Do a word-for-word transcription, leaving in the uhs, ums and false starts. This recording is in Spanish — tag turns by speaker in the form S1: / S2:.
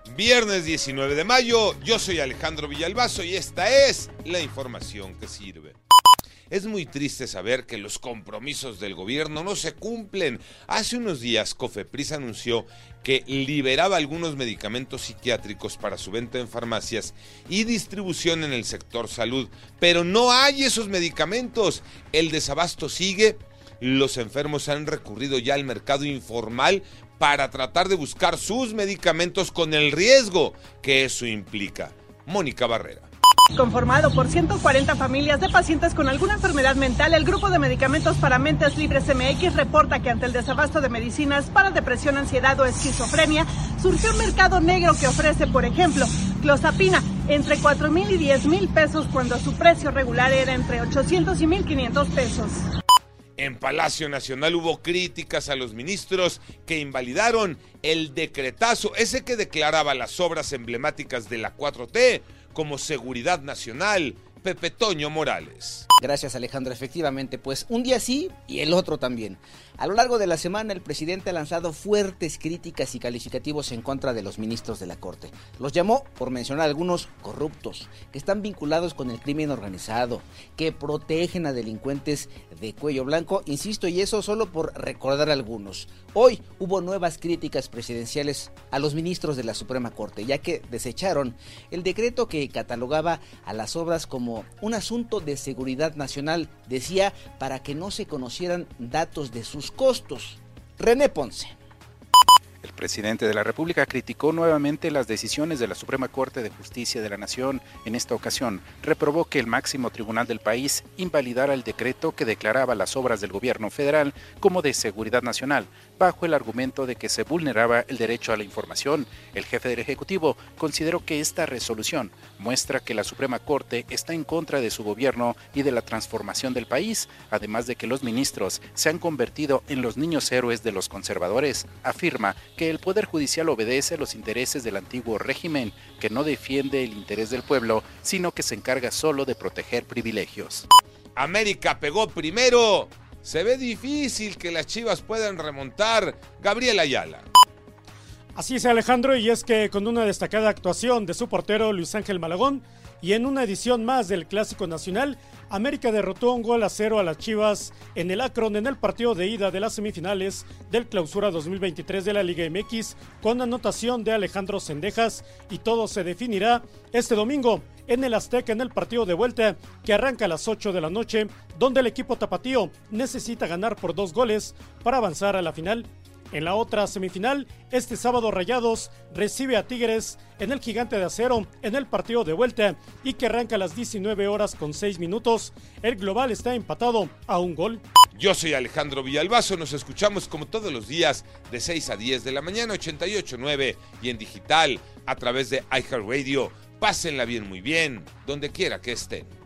S1: Viernes diecinueve de mayo, yo soy Alejandro Villalbazo y esta es la información que sirve. Es muy triste saber que los compromisos del gobierno no se cumplen. Hace unos días Cofepris anunció que liberaba algunos medicamentos psiquiátricos para su venta en farmacias y distribución en el sector salud, pero no hay esos medicamentos. El desabasto sigue. Los enfermos han recurrido ya al mercado informal para tratar de buscar sus medicamentos con el riesgo que eso implica. Mónica Barrera.
S2: Conformado por ciento cuarenta familias de pacientes con alguna enfermedad mental, el Grupo de Medicamentos para Mentes Libres M X reporta que ante el desabasto de medicinas para depresión, ansiedad o esquizofrenia, surgió un mercado negro que ofrece, por ejemplo, clozapina entre cuatro mil y diez mil pesos cuando su precio regular era entre ochocientos y mil quinientos pesos.
S1: En Palacio Nacional hubo críticas a los ministros que invalidaron el decretazo, ese que declaraba las obras emblemáticas de la cuatro T como seguridad nacional. Pepe Toño Morales.
S3: Gracias, Alejandro. Efectivamente, pues un día sí y el otro también. A lo largo de la semana, el presidente ha lanzado fuertes críticas y calificativos en contra de los ministros de la Corte. Los llamó, por mencionar algunos, corruptos, que están vinculados con el crimen organizado, que protegen a delincuentes de cuello blanco, insisto, y eso solo por recordar algunos. Hoy hubo nuevas críticas presidenciales a los ministros de la Suprema Corte, ya que desecharon el decreto que catalogaba a las obras como un asunto de seguridad nacional, decía, para que no se conocieran datos de sus costos. René Ponce.
S4: El presidente de la República criticó nuevamente las decisiones de la Suprema Corte de Justicia de la Nación. En esta ocasión, reprobó que el máximo tribunal del país invalidara el decreto que declaraba las obras del gobierno federal como de seguridad nacional, bajo el argumento de que se vulneraba el derecho a la información. El jefe del Ejecutivo consideró que esta resolución muestra que la Suprema Corte está en contra de su gobierno y de la transformación del país, además de que los ministros se han convertido en los niños héroes de los conservadores. Afirma que el Poder Judicial obedece los intereses del antiguo régimen, que no defiende el interés del pueblo, sino que se encarga solo de proteger privilegios.
S1: América pegó primero. Se ve difícil que las Chivas puedan remontar. Gabriel Ayala.
S5: Así es, Alejandro, y es que con una destacada actuación de su portero Luis Ángel Malagón y en una edición más del Clásico Nacional, América derrotó un gol a cero a las Chivas en el Akron en el partido de ida de las semifinales del Clausura dos mil veintitrés de la Liga M X con anotación de Alejandro Cendejas, y todo se definirá este domingo en el Azteca en el partido de vuelta que arranca a las ocho de la noche, donde el equipo tapatío necesita ganar por dos goles para avanzar a la final. En la otra semifinal, este sábado Rayados recibe a Tigres en el Gigante de Acero en el partido de vuelta y que arranca a las diecinueve horas con seis minutos. El global está empatado a un gol.
S1: Yo soy Alejandro Villalbazo, nos escuchamos como todos los días de seis a diez de la mañana, ochenta y ocho punto nueve y en digital a través de iHeartRadio. Pásenla bien, muy bien, donde quiera que estén.